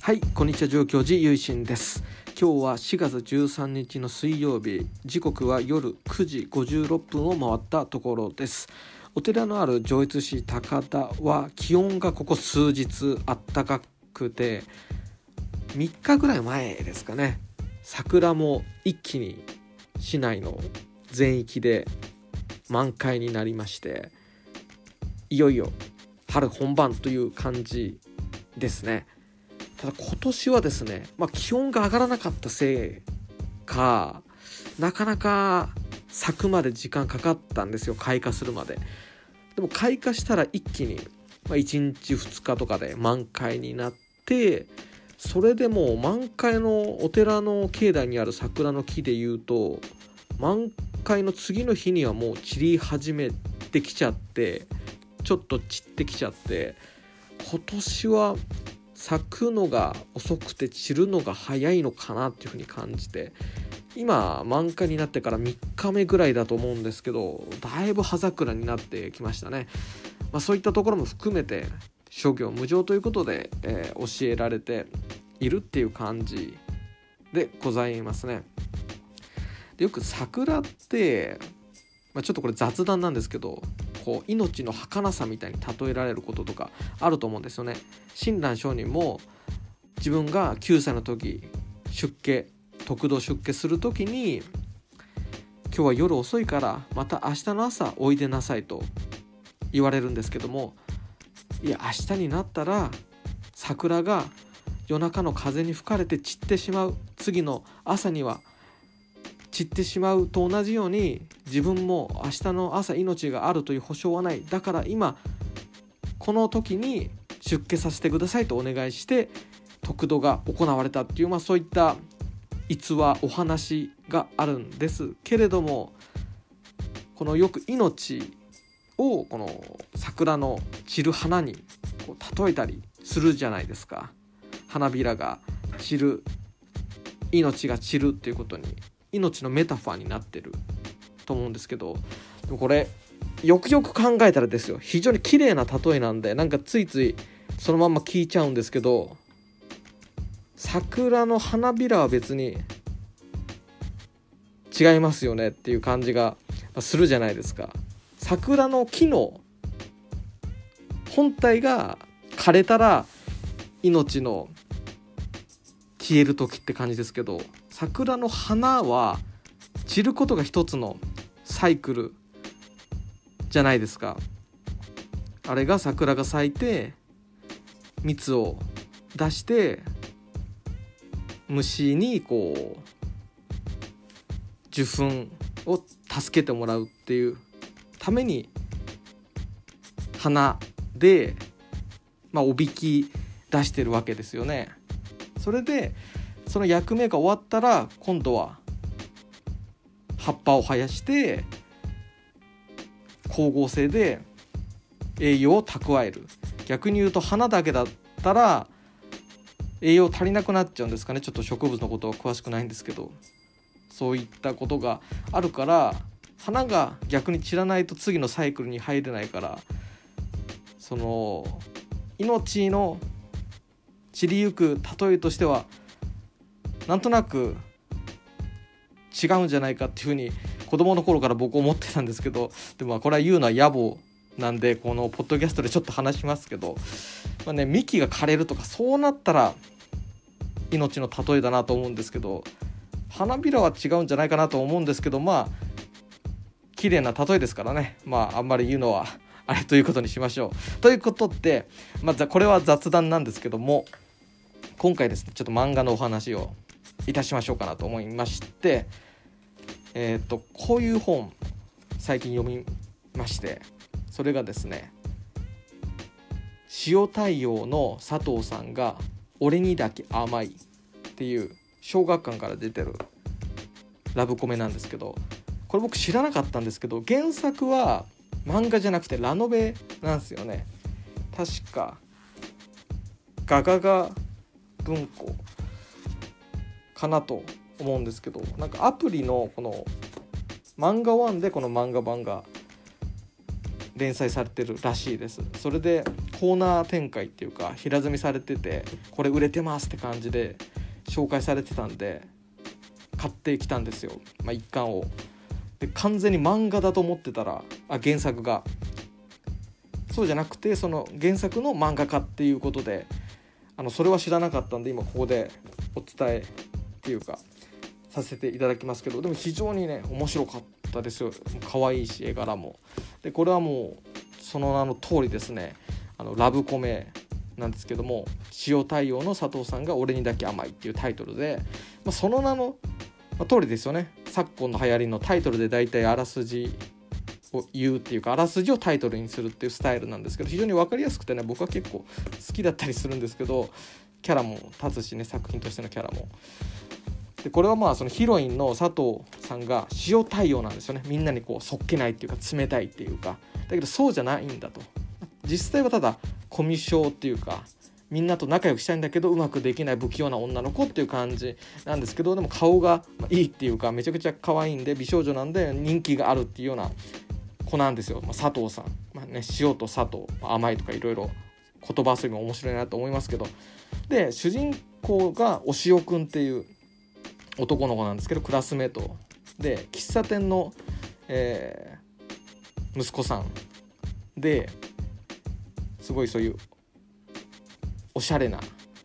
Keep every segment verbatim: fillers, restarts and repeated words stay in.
はい、こんにちは。上京寺ゆいしんです。今日はしがつじゅうさんにちの水曜日、時刻は夜くじごじゅうろっぷんを回ったところです。お寺のある上越市高田は気温がここ数日あったかくて、みっかぐらい前ですかね、桜も一気に市内の全域で満開になりまして、いよいよ春本番という感じですね。ただ今年はですね、まあ、気温が上がらなかったせいか、なかなか咲くまで時間かかったんですよ、開花するまで。でも開花したら一気に、まあ、いちにちふつかとかで満開になって、それでもう満開のお寺の境内にある桜の木でいうと、満開の次の日にはもう散り始めてきちゃって、ちょっと散ってきちゃって、今年は咲くのが遅くて散るのが早いのかなっていうふうに感じて、今満開になってからみっかめぐらいだと思うんですけど、だいぶ葉桜になってきましたね。まあ、そういったところも含めて諸行無常ということで、えー、教えられているっていう感じでございますね。でよく桜って、まあ、ちょっとこれ雑談なんですけど、こう命の儚さみたいに例えられることとかあると思うんですよね。親鸞聖人も自分がきゅうさいの時出家得度出家する時に、今日は夜遅いからまた明日の朝おいでなさいと言われるんですけども、いや明日になったら桜が夜中の風に吹かれて散ってしまう、次の朝には散ってしまうと同じように、自分も明日の朝命があるという保証はない。だから今この時に出家させてくださいとお願いして得度が行われたっていう、まあ、そういった逸話お話があるんですけれども、このよく命をこの桜の散る花にこう例えたりするじゃないですか。花びらが散る、命が散るっていうことに命のメタファーになってると思うんですけど、でもこれよくよく考えたらですよ、非常に綺麗な例えなんで、なんかついついそのまま聞いちゃうんですけど、桜の花びらは別に違いますよねっていう感じがするじゃないですか。桜の木の本体が枯れたら命の消える時って感じですけど、桜の花は散ることが一つのサイクルじゃないですか。あれが桜が咲いて蜜を出して虫にこう受粉を助けてもらうっていうために花で、まあ、おびき出してるわけですよね。それでその役目が終わったら今度は葉っぱを生やして光合成で栄養を蓄える。逆に言うと花だけだったら栄養足りなくなっちゃうんですかね。ちょっと植物のことは詳しくないんですけど、そういったことがあるから、花が逆に散らないと次のサイクルに入れないから、その命の散りゆく例えとしてはなんとなく違うんじゃないかっていうふうに子供の頃から僕思ってたんですけど、でもこれは言うのは野暮なんでこのポッドキャストでちょっと話しますけど、まあね、幹が枯れるとかそうなったら命の例えだなと思うんですけど、花びらは違うんじゃないかなと思うんですけど、まあ綺麗な例えですからね、まああんまり言うのはあれということにしましょう。ということで、まあ、これは雑談なんですけども、今回ですねちょっと漫画のお話をいたしましょうかなと思いまして、えー、とこういう本最近読みまして、それがですね、塩太陽の佐藤さんが俺にだけ甘いっていう小学館から出てるラブコメなんですけど、これ僕知らなかったんですけど、原作は漫画じゃなくてラノベなんですよね。確かガガガ文庫かなと思うんですけど、なんかアプリのこの漫画ワンでこの漫画版が連載されてるらしいです。それでコーナー展開っていうか平積みされてて、これ売れてますって感じで紹介されてたんで買ってきたんですよ、まあ、一巻を。で完全に漫画だと思ってたら、あ原作がそうじゃなくてその原作の漫画家っていうことで、あのそれは知らなかったんで今ここでお伝えっていうかさせていただきますけど、でも非常にね面白かったですよ。可愛いし絵柄も。でこれはもうその名の通りですね、あのラブコメなんですけども、塩対応の佐藤さんが俺にだけ甘いっていうタイトルで、まあ、その名の、まあ、通りですよね。昨今の流行りのタイトルでだいたいあらすじを言うっていうか、あらすじをタイトルにするっていうスタイルなんですけど、非常に分かりやすくてね僕は結構好きだったりするんですけど、キャラも立つしね、作品としてのキャラも。でこれはまあそのヒロインの佐藤さんが塩対応なんですよね。みんなにこうそっけないっていうか冷たいっていうか、だけどそうじゃないんだと。実際はただコミュ障っていうか、みんなと仲良くしたいんだけどうまくできない不器用な女の子っていう感じなんですけど、でも顔がいいっていうかめちゃくちゃ可愛いんで美少女なんで人気があるっていうような子なんですよ、まあ、佐藤さん、まあね、塩と佐藤、まあ、甘いとかいろいろ言葉遊びも面白いなと思いますけど、で主人公がおしおくんっていう男の子なんですけど、クラスメートで喫茶店の、えー、息子さんですごいそういうおしゃれな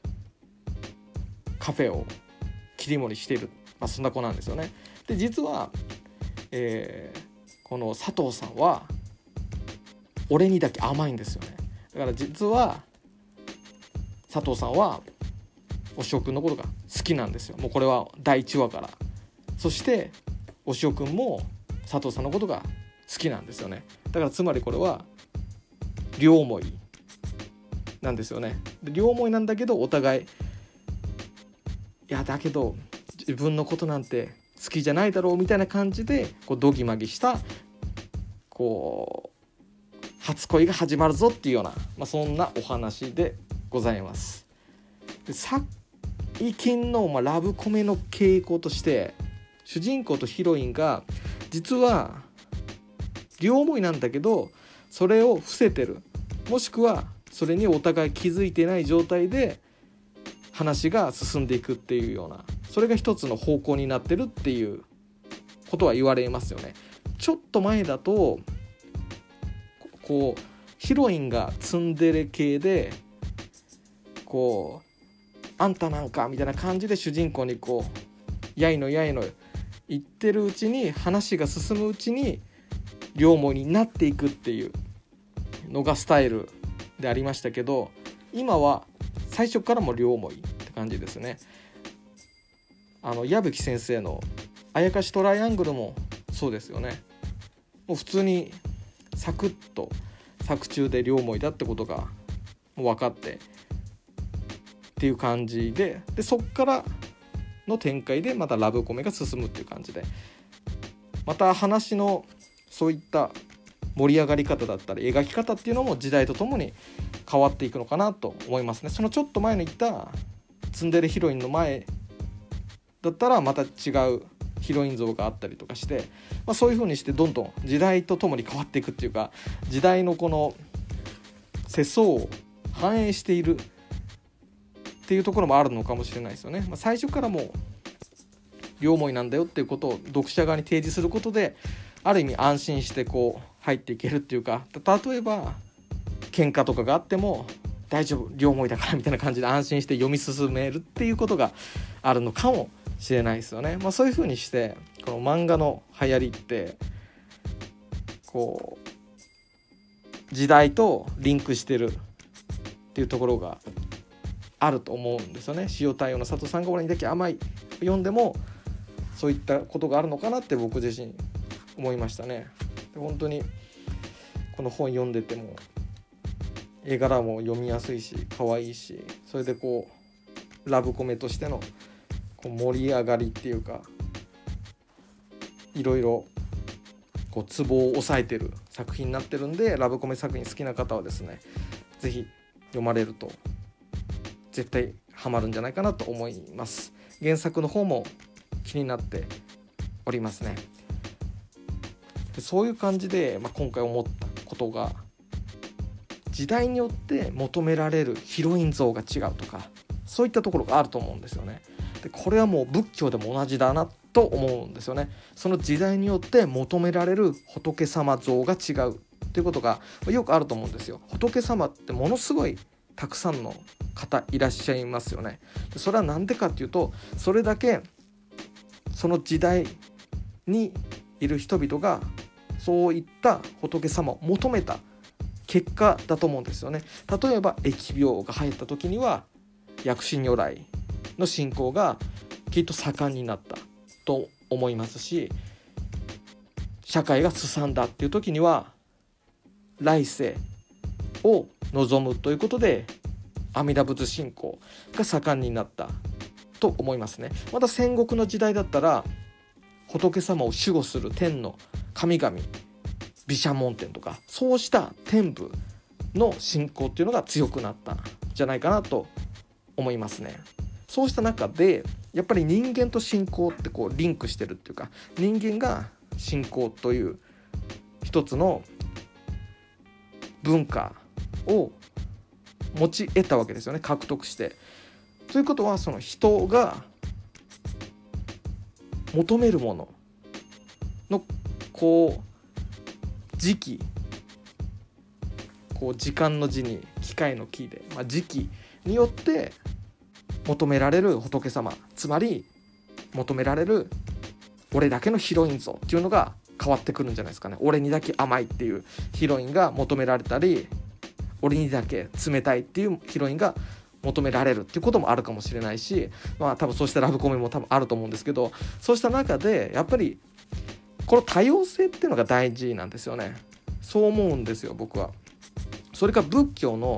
カフェを切り盛りしている、まあ、そんな子なんですよね。で実は、えー、この佐藤さんは俺にだけ甘いんですよね。だから実は佐藤さんはおしおくんのことが好きなんですよ。もうこれはだいいちわから。そしておしおくんも佐藤さんのことが好きなんですよね。だからつまりこれは両思いなんですよね。で両思いなんだけどお互い、いやだけど自分のことなんて好きじゃないだろうみたいな感じでこうドギマギしたこう初恋が始まるぞっていうような、まあ、そんなお話でございます。で最近の、まあ、ラブコメの傾向として主人公とヒロインが実は両思いなんだけどそれを伏せてる、もしくはそれにお互い気づいてない状態で話が進んでいくっていうような、それが一つの方向になってるっていうことは言われますよね。ちょっと前だとこうヒロインがツンデレ系でこうあんたなんかみたいな感じで主人公にこうやいのやいの言ってるうちに話が進むうちに両思いになっていくっていうのがスタイルでありましたけど、今は最初からも両思いって感じですね。あの矢吹先生のあやかしトライアングルもそうですよね。もう普通にサクッと作中で両思いだってことがもう分かってっていう感じで、でそっからの展開でまたラブコメが進むっていう感じで、また話のそういった盛り上がり方だったり描き方っていうのも時代とともに変わっていくのかなと思いますね。そのちょっと前に言ったツンデレヒロインの前だったらまた違うヒロイン像があったりとかして、まあ、そういう風にしてどんどん時代とともに変わっていくっていうか、時代のこの世相を反映しているっていうところもあるのかもしれないですよね。まあ、最初からもう両思いなんだよっていうことを読者側に提示することである意味安心してこう入っていけるっていうか、例えば喧嘩とかがあっても大丈夫両思いだからみたいな感じで安心して読み進めるっていうことがあるのかもしれないですよね。まあ、そういう風にしてこの漫画の流行りってこう時代とリンクしてるっていうところがあると思うんですよね。塩対応の佐藤さんが俺にだけ甘い読んでもそういったことがあるのかなって僕自身思いましたね。で本当にこの本読んでても絵柄も読みやすいし可愛いし、それでこうラブコメとしてのこう盛り上がりっていうかいろいろこうツボを押さえてる作品になってるんで、ラブコメ作品好きな方はですねぜひ読まれると絶対ハマるんじゃないかなと思います。原作の方も気になっておりますね。でそういう感じで、まあ、今回思ったこことが時代によって求められるヒロイン像が違うとか、そういったところがあると思うんですよね。でこれはもう仏教でも同じだなと思うんですよね。その時代によって求められる仏様像が違うということがよくあると思うんですよ。仏様ってものすごいたくさんの方いらっしゃいますよね。それは何でかっていうと、それだけその時代にいる人々がそういった仏様を求めた結果だと思うんですよね。例えば疫病が流行った時には薬師如来の信仰がきっと盛んになったと思いますし、社会がすさんだっていう時には来世を望むということで阿弥陀仏信仰が盛んになったと思いますね。また戦国の時代だったら仏様を守護する天の神々、毘沙門天とかそうした天部の信仰っていうのが強くなったんじゃないかなと思いますね。そうした中でやっぱり人間と信仰ってこうリンクしてるっていうか、人間が信仰という一つの文化を持ち得たわけですよね、獲得して。ということはその人が求めるもののこう時期、こう時間の字に機械の機で、まあ、時期によって求められる仏様、つまり求められる俺だけのヒロイン像っていうのが変わってくるんじゃないですかね。俺にだけ甘いっていうヒロインが求められたり、俺にだけ冷たいっていうヒロインが求められるっていうこともあるかもしれないし、まあ多分そうしたラブコメも多分あると思うんですけど、そうした中でやっぱりこの多様性っていうのが大事なんですよね。そう思うんですよ、僕は。それが仏教の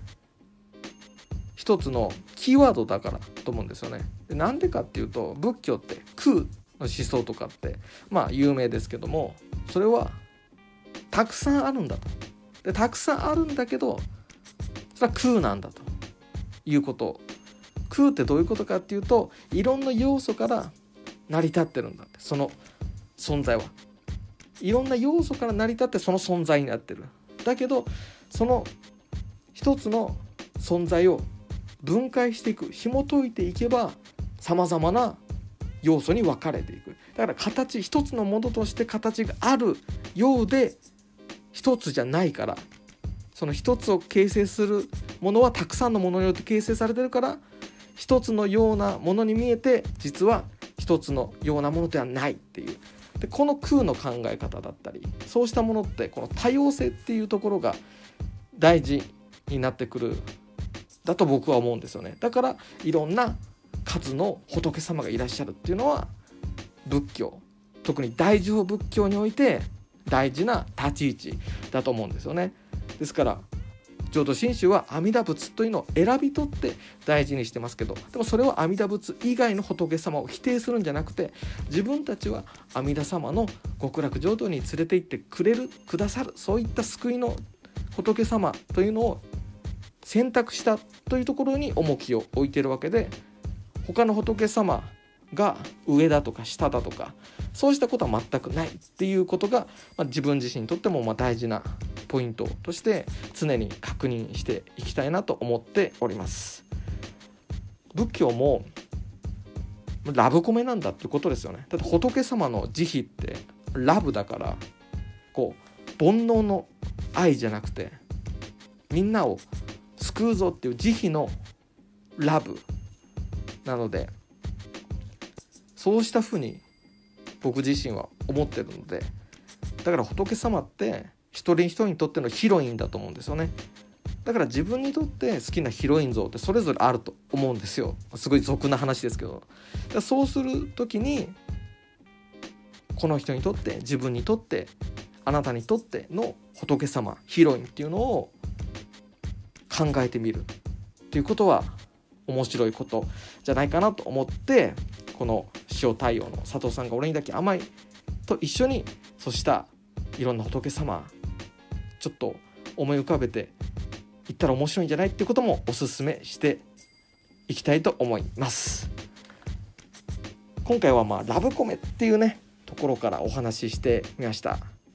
一つのキーワードだからと思うんですよね。でなんでかっていうと、仏教って空の思想とかってまあ有名ですけども、それはたくさんあるんだと。でたくさんあるんだけどそれは空なんだということ。空ってどういうことかっていうと、いろんな要素から成り立ってるんだって。その存在はいろんな要素から成り立ってその存在になってる。だけどその一つの存在を分解していく、紐解いていけばさまざまな要素に分かれていく。だから形、一つのものとして形があるようで一つじゃないから、その一つを形成するものはたくさんのものによって形成されてるから、一つのようなものに見えて実は一つのようなものではないっていう。でこの空の考え方だったり、そうしたものってこの多様性っていうところが大事になってくるだと僕は思うんですよね。だからいろんな数の仏様がいらっしゃるっていうのは仏教、特に大乗仏教において大事な立ち位置だと思うんですよね。ですから浄土真宗は阿弥陀仏というのを選び取って大事にしてますけど、でもそれは阿弥陀仏以外の仏様を否定するんじゃなくて、自分たちは阿弥陀様の極楽浄土に連れて行ってくれるくださる、そういった救いの仏様というのを選択したというところに重きを置いているわけで、他の仏様が上だとか下だとかそうしたことは全くないっていうことが、まあ、自分自身にとってもまあ大事なポイントとして常に確認していきたいなと思っております。仏教もラブコメなんだってことですよね。だって仏様の慈悲ってラブだから、こう煩悩の愛じゃなくてみんなを救うぞっていう慈悲のラブなので、そうしたふうに僕自身は思ってるので、だから仏様って一人一人にとってのヒロインだと思うんですよね。だから自分にとって好きなヒロイン像ってそれぞれあると思うんですよ。すごい俗な話ですけど、だからそうするときにこの人にとって、自分にとって、あなたにとっての仏様、ヒロインっていうのを考えてみるっていうことは面白いことじゃないかなと思って、この塩太陽の佐藤さんが俺にだけ甘いと一緒に、そうしたいろんな仏様ちょっと思い浮かべていったら面白いんじゃないっていうこともおすすめしていきたいと思います。今回はまあラブコメっていうねところからお話ししてみました。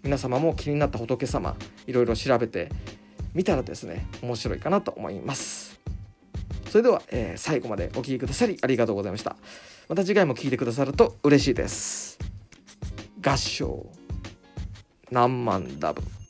皆様も気になった仏様いろいろ調べてみたらですね面白いかなと思います。それでは、えー、最後までお聞きくださりありがとうございました。また次回も聞いてくださると嬉しいです。合唱何万ダブ。